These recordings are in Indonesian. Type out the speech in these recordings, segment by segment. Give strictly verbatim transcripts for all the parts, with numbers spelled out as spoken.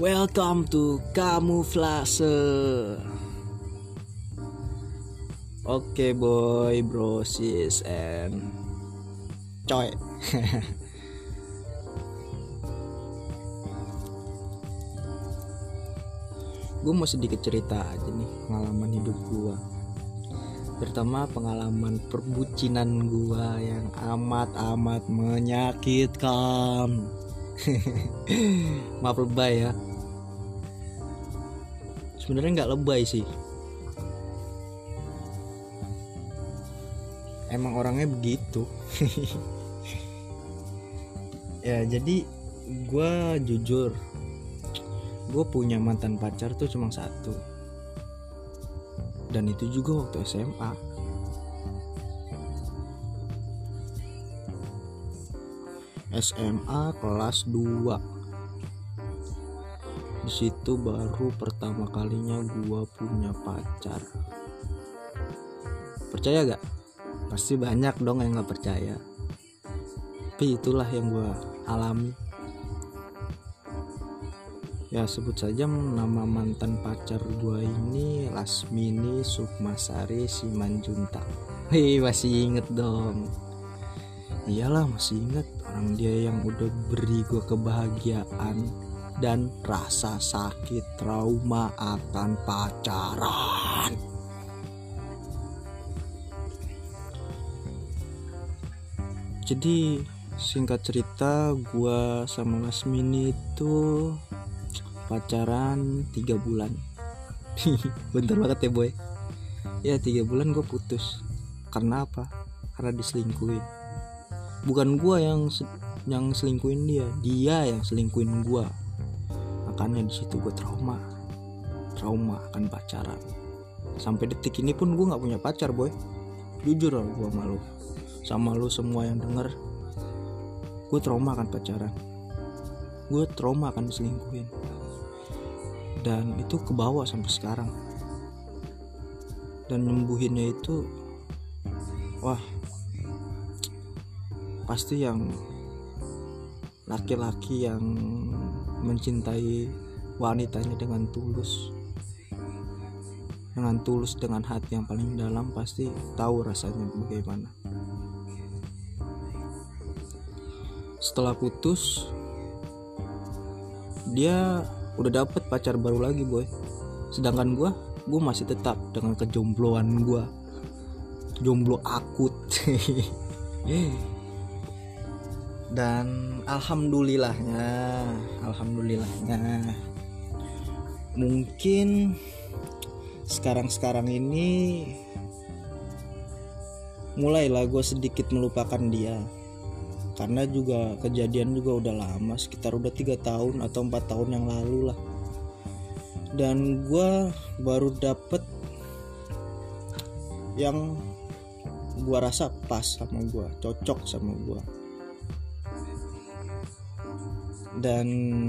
Welcome to Kamuflase. Oke boy, bro, sis, and coy. Gue mau sedikit cerita aja nih pengalaman hidup gue, terutama pengalaman perbucinan gue yang amat-amat menyakitkan. Maaf lebay ya. Sebenarnya nggak lebay sih, emang orangnya begitu. Ya jadi gue jujur, gue punya mantan pacar tuh cuma satu, dan itu juga waktu S M A. S M A kelas dua. Di situ baru pertama kalinya gue punya pacar. Percaya gak? Pasti banyak dong yang gak percaya, tapi itulah yang gue alami. Ya sebut saja nama mantan pacar gue ini Lasmini Sukmasari Simanjuntak. Hei, masih inget dong? Iyalah masih inget, orang dia yang udah beri gue kebahagiaan dan rasa sakit trauma akan pacaran. Jadi singkat cerita, gue sama Lasmini itu pacaran tiga bulan. Bentar banget ya boy. Ya tiga bulan gue putus. Karena apa? Karena diselingkuhin. Bukan gue yang yang selingkuhin dia, dia yang selingkuhin gue. Makanya di situ gue trauma, trauma akan pacaran. Sampai detik ini pun gue nggak punya pacar boy. Jujur lah gue malu sama lu semua yang denger. Gue trauma akan pacaran. Gue trauma akan diselingkuhin. Dan itu kebawa sampai sekarang. Dan nyembuhinnya itu, wah, pasti yang laki-laki yang mencintai wanitanya dengan tulus, dengan tulus, dengan hati yang paling dalam, pasti tahu rasanya bagaimana. Setelah putus, dia udah dapet pacar baru lagi boy. Sedangkan gue, gue masih tetap dengan kejombloan gue, jomblo akut. Dan alhamdulillahnya, alhamdulillahnya, mungkin sekarang-sekarang ini mulailah gue sedikit melupakan dia. Karena juga kejadian juga udah lama, sekitar udah tiga tahun atau empat tahun yang lalu lah. Dan gue baru dapet yang gue rasa pas sama gue, cocok sama gue. Dan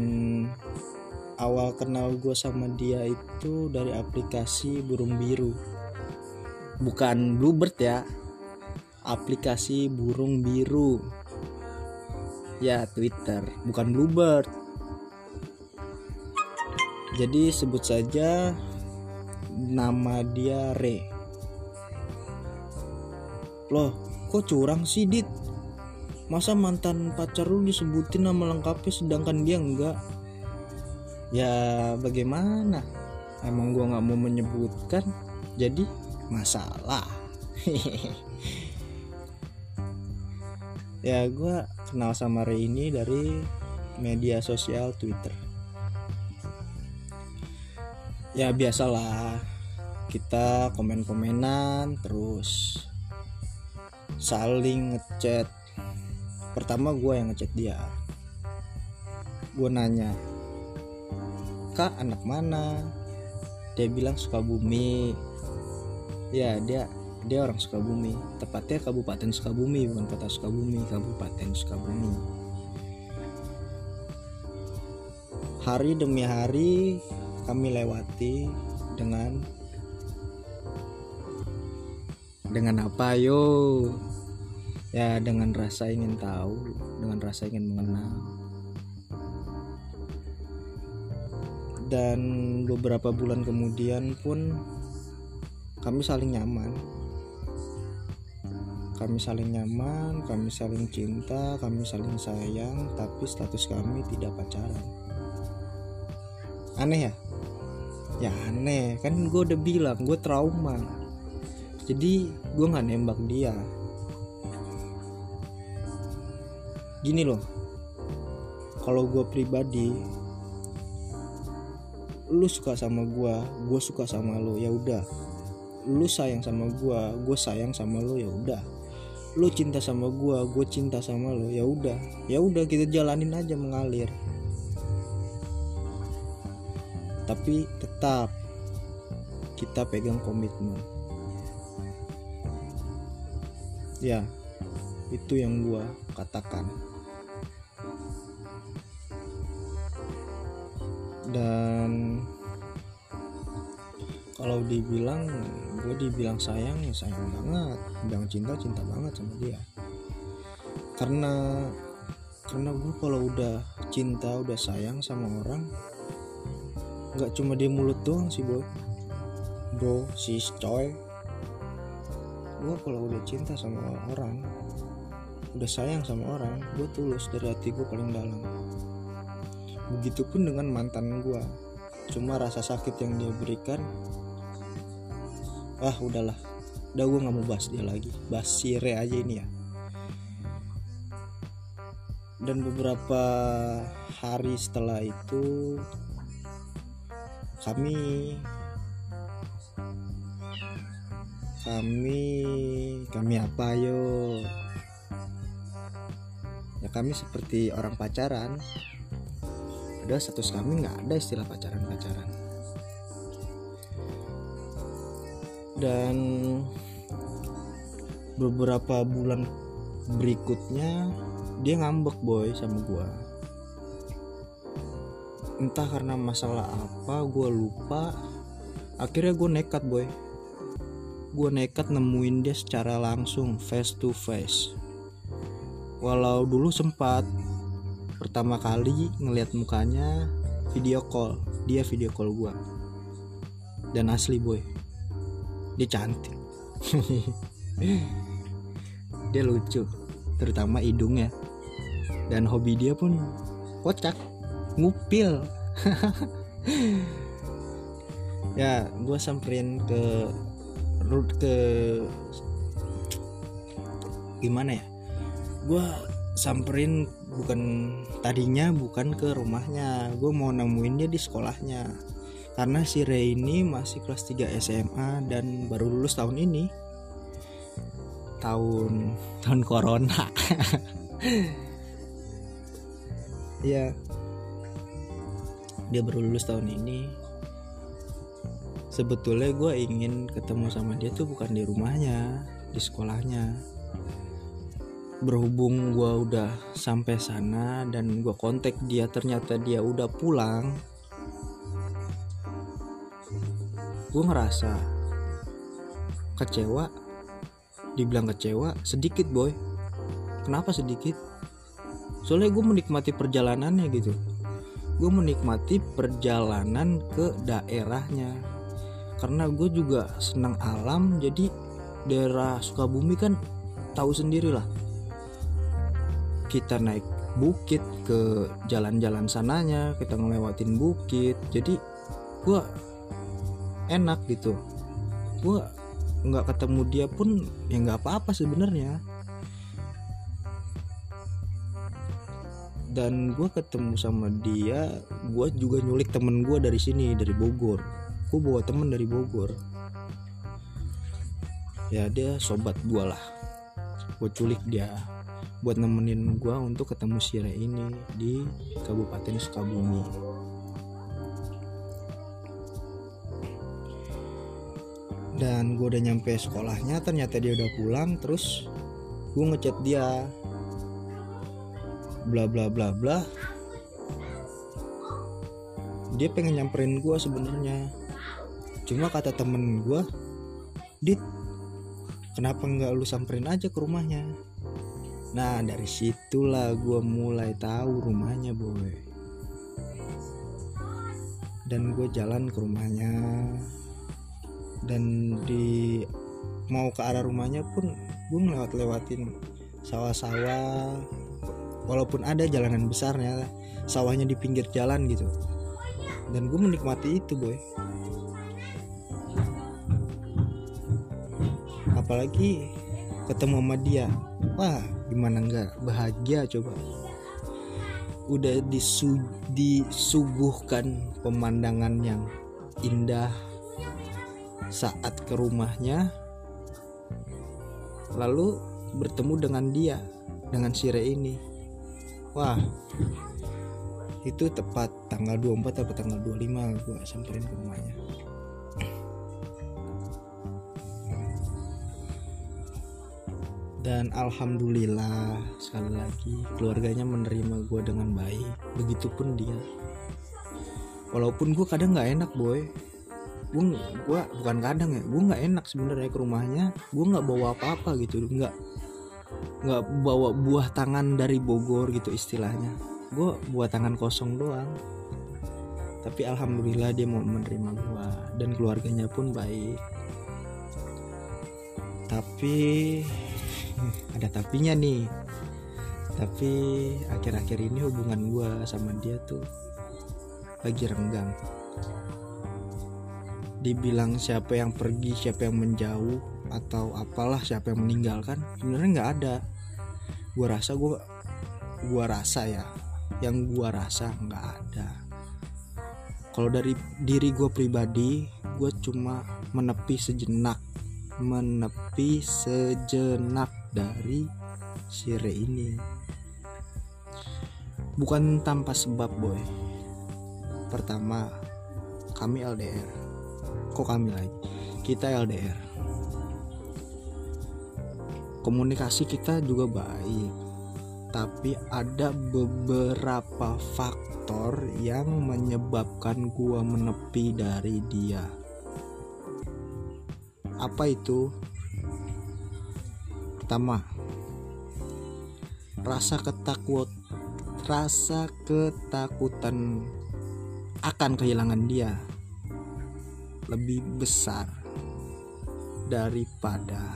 awal kenal gue sama dia itu dari aplikasi Burung Biru. Bukan Bluebird ya, aplikasi Burung Biru. Ya Twitter, bukan Bluebird. Jadi sebut saja nama dia Re. Loh, kok curang sih Dit? Masa mantan pacar lu disebutin nama lengkapnya sedangkan dia enggak? Ya bagaimana? Emang gua gak mau menyebutkan, jadi masalah. Ya gua kenal sama Ray ini dari media sosial Twitter. Ya biasalah, kita komen-komenan terus saling ngechat. Pertama gue yang ngechat dia. Gue nanya, "Kak, anak mana?" Dia bilang Sukabumi. Ya dia dia orang Sukabumi, tepatnya Kabupaten Sukabumi, bukan kota Sukabumi, Kabupaten Sukabumi. Hari demi hari kami lewati dengan dengan apa yo? Ya dengan rasa ingin tahu, dengan rasa ingin mengenal. Dan beberapa bulan kemudian pun kami saling nyaman. Kami saling nyaman, kami saling cinta, kami saling sayang, tapi status kami tidak pacaran. Aneh ya? Ya aneh, kan gue udah bilang gue trauma. Jadi gue gak nembak dia. Gini loh, kalau gue pribadi, lu suka sama gue, gue suka sama lu, ya udah. Lu sayang sama gue, gue sayang sama lu, ya udah. Lu cinta sama gue, gue cinta sama lu, ya udah. Ya udah kita jalanin aja mengalir. Tapi tetap kita pegang komitmen. Ya, itu yang gue katakan. Dan kalau dibilang, gue dibilang sayang ya sayang banget, bilang cinta cinta banget sama dia. Karena karena gue kalau udah cinta, udah sayang sama orang, nggak cuma di mulut doang sih boy, bro, sis, coy. Gue kalau udah cinta sama orang, udah sayang sama orang, gue tulus dari hati gue paling dalam. Begitupun dengan mantan gue. Cuma rasa sakit yang dia berikan, ah udahlah, udah gue nggak mau bahas dia lagi, bahas si Re aja ini ya. Dan beberapa hari setelah itu kami kami kami apa yo ya kami seperti orang pacaran. Ada status kami, nggak ada istilah pacaran-pacaran. Dan beberapa bulan berikutnya dia ngambek boy sama gua. Entah karena masalah apa, gua lupa. Akhirnya gua nekat boy. Gua nekat nemuin dia secara langsung, face to face. Walau dulu sempat pertama kali ngelihat mukanya video call, dia video call gua. Dan asli boy, dia cantik. Dia lucu, terutama hidungnya. Dan hobi dia pun kocak, ngupil. Ya, gua samperin ke ke gimana ya? Gua samperin bukan tadinya bukan ke rumahnya, gue mau nemuin dia di sekolahnya. Karena si Ray ini masih kelas tiga S M A dan baru lulus tahun ini. Tahun tahun corona. Ya. Dia baru lulus tahun ini. Sebetulnya gue ingin ketemu sama dia tuh bukan di rumahnya, di sekolahnya. Berhubung gue udah sampai sana dan gue kontak dia, ternyata dia udah pulang. Gue ngerasa kecewa. Dibilang kecewa sedikit boy. Kenapa sedikit? Soalnya gue menikmati perjalanannya gitu. Gue menikmati perjalanan ke daerahnya. Karena gue juga senang alam. Jadi daerah Sukabumi kan tahu sendiri lah. Kita naik bukit ke jalan-jalan sananya, kita ngelewatin bukit. Jadi gue enak gitu. Gue nggak ketemu dia pun ya nggak apa-apa sebenarnya. Dan gue ketemu sama dia, gue juga nyulik temen gue dari sini, dari Bogor. Gue bawa temen dari Bogor. Ya dia sobat gue lah. Gue culik dia buat nemenin gue untuk ketemu si Re ini di Kabupaten Sukabumi. Dan gue udah nyampe sekolahnya, ternyata dia udah pulang. Terus gue ngechat dia, bla bla bla bla. Dia pengen nyamperin gue sebenarnya, cuma kata temen gue, Dit, kenapa nggak lu samperin aja ke rumahnya? Nah dari situlah gue mulai tahu rumahnya boy. dan gue jalan ke rumahnya, dan di mau ke arah rumahnya pun gue ngelewat-lewatin sawah-sawah, walaupun ada jalanan besarnya, sawahnya di pinggir jalan gitu, dan gue menikmati itu boy. Apalagi ketemu sama dia, wah gimana nggak bahagia coba. Udah disu- disuguhkan pemandangan yang indah saat ke rumahnya, lalu bertemu dengan dia, dengan si Re ini. Wah, itu tepat tanggal dua puluh empat atau tanggal dua puluh lima gue samperin ke rumahnya. Dan alhamdulillah sekali lagi keluarganya menerima gue dengan baik, begitupun dia. Walaupun gue kadang nggak enak boy, gue gue bukan kadang ya, gue nggak enak sebenarnya ke rumahnya. Gue nggak bawa apa-apa gitu, nggak nggak bawa buah tangan dari Bogor gitu istilahnya. Gue buah tangan kosong doang. Tapi alhamdulillah dia mau menerima gue, dan keluarganya pun baik. Tapi ada tapinya nih. Tapi akhir-akhir ini hubungan gue sama dia tuh lagi renggang. Dibilang siapa yang pergi, siapa yang menjauh, atau apalah, siapa yang meninggalkan, sebenarnya nggak ada. Gue rasa gue gue rasa ya, yang gue rasa nggak ada. Kalau dari diri gue pribadi, gue cuma menepi sejenak, menepi sejenak dari si Re ini. Bukan tanpa sebab boy. Pertama, kami L D R. Kok kami lagi? Kita L D R. Komunikasi kita juga baik, tapi ada beberapa faktor yang menyebabkan gua menepi dari dia. Apa itu? Pertama, rasa ketakut, rasa ketakutan akan kehilangan dia lebih besar daripada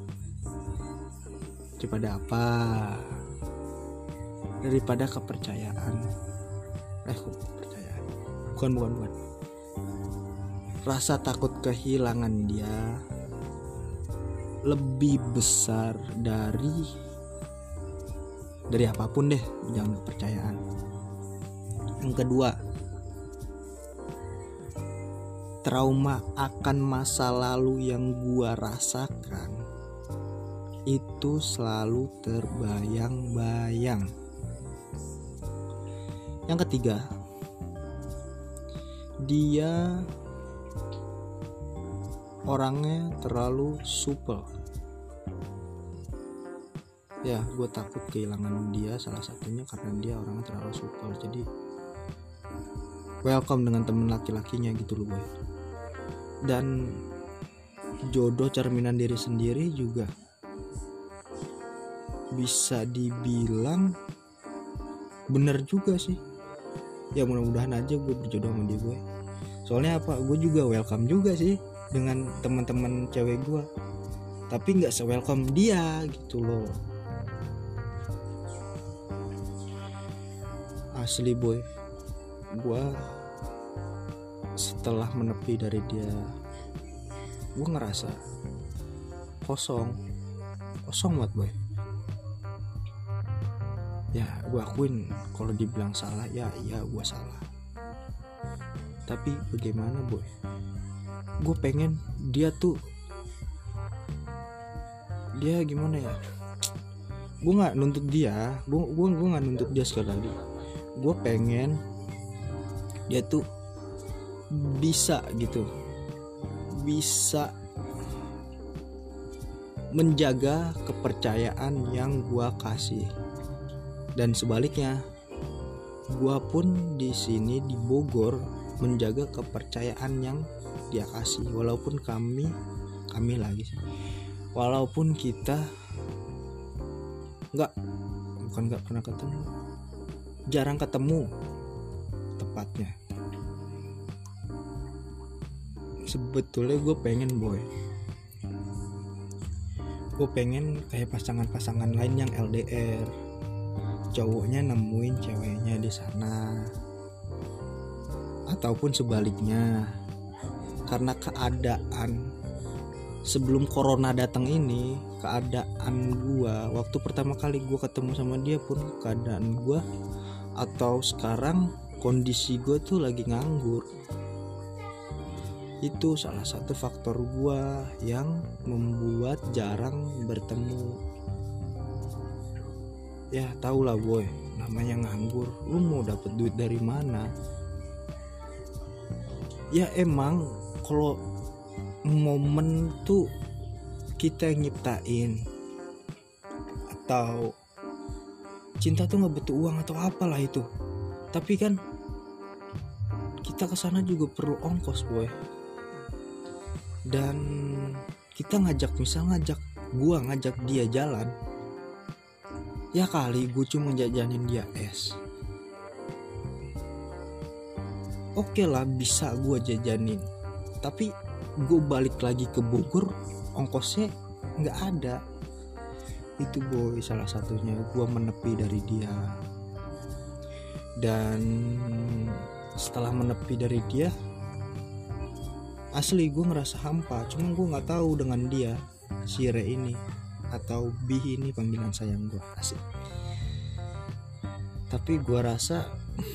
daripada apa? Daripada kepercayaan. Eh, kepercayaan. Bukan, bukan, bukan. Rasa takut kehilangan dia lebih besar dari dari apapun deh, jangan kepercayaan. Yang kedua, trauma akan masa lalu yang gua rasakan itu selalu terbayang-bayang. Yang ketiga, dia orangnya terlalu supel. Ya, gue takut kehilangan dia salah satunya karena dia orangnya terlalu supel. Jadi welcome dengan temen laki-lakinya gitu loh boy. Dan jodoh cerminan diri sendiri juga bisa dibilang bener juga sih. Ya mudah-mudahan aja gue berjodoh sama dia boy. Soalnya apa? Gue juga welcome juga sih dengan teman-teman cewek gue, tapi nggak se-welcome dia gitu loh. Asli boy, gue setelah menepi dari dia, gue ngerasa kosong, kosong banget boy. Ya gue akuin kalau dibilang salah, ya iya gue salah. Tapi bagaimana boy? Gue pengen dia tuh, dia gimana ya? Gue nggak nuntut dia, gue gue gue nggak nuntut dia sekali lagi. Gue pengen dia tuh bisa gitu, bisa menjaga kepercayaan yang gue kasih, dan sebaliknya, gue pun di sini di Bogor menjaga kepercayaan yang dia kasih. Walaupun kami kami lagi sih, walaupun kita nggak bukan nggak pernah ketemu, jarang ketemu tepatnya. sebetulnya gue pengen boy, gue pengen kayak pasangan-pasangan lain yang L D R, cowoknya nemuin ceweknya di sana, ataupun sebaliknya. Karena keadaan sebelum corona datang ini, keadaan gue waktu pertama kali gue ketemu sama dia pun keadaan gue atau sekarang kondisi gue tuh lagi nganggur. Itu salah satu faktor gue yang membuat jarang bertemu. Ya tau lah boy, namanya nganggur, lu mau dapet duit dari mana? Ya emang kalau momen tuh kita yang nyiptain, atau cinta tuh nggak butuh uang atau apalah itu. Tapi kan kita kesana juga perlu ongkos boy. Dan kita ngajak, misal ngajak gua ngajak dia jalan, ya kali gue cuma jajanin dia es. Oke lah bisa gue jajanin, tapi gue balik lagi ke Bogor ongkosnya nggak ada. Itu boy salah satunya gue menepi dari dia. Dan setelah menepi dari dia, asli gue ngerasa hampa. Cuma gue nggak tahu dengan dia, si Re ini atau Bi ini panggilan sayang gue, asik. Tapi gue rasa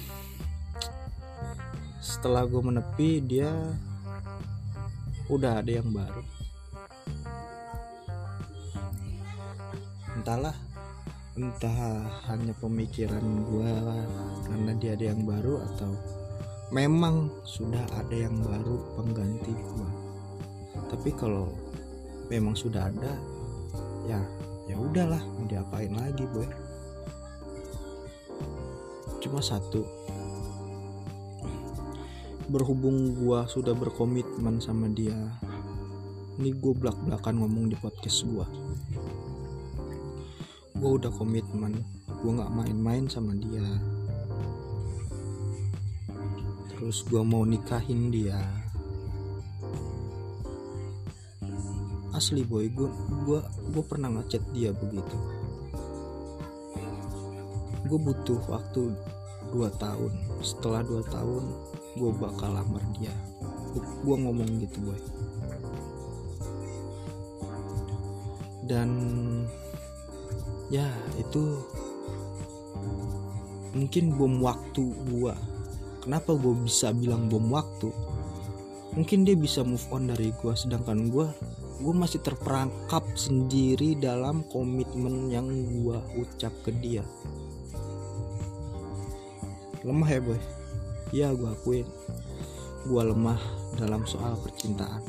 setelah gue menepi, dia udah ada yang baru. Entahlah, entah hanya pemikiran gue karena dia ada yang baru, atau memang sudah ada yang baru pengganti gue. Tapi kalau memang sudah ada, ya ya udahlah, mau diapain lagi boy. Cuma satu, berhubung gue sudah berkomitmen sama dia, ini gue belak-belakan ngomong di podcast gue. Gue udah komitmen, gue nggak main-main sama dia. Terus gue mau nikahin dia. Asli boy, gue gue gue pernah ngechat dia begitu. Gue butuh waktu dua tahun. Setelah dua tahun gue bakal lamar dia. Gue ngomong gitu boy. Dan ya itu mungkin bom waktu gue. Kenapa gue bisa bilang bom waktu? Mungkin dia bisa move on dari gue, sedangkan gue gue masih terperangkap sendiri dalam komitmen yang gue ucap ke dia. Lemah ya boy. Ya gue akuin, gue lemah dalam soal percintaan.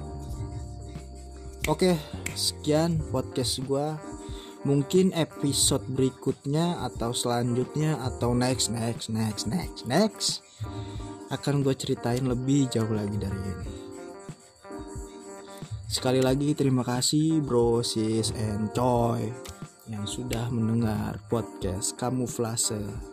Oke, sekian podcast gue. Mungkin episode berikutnya atau selanjutnya atau next next next next next akan gue ceritain lebih jauh lagi dari ini. Sekali lagi terima kasih bro, sis, and coy yang sudah mendengar podcast Kamuflase.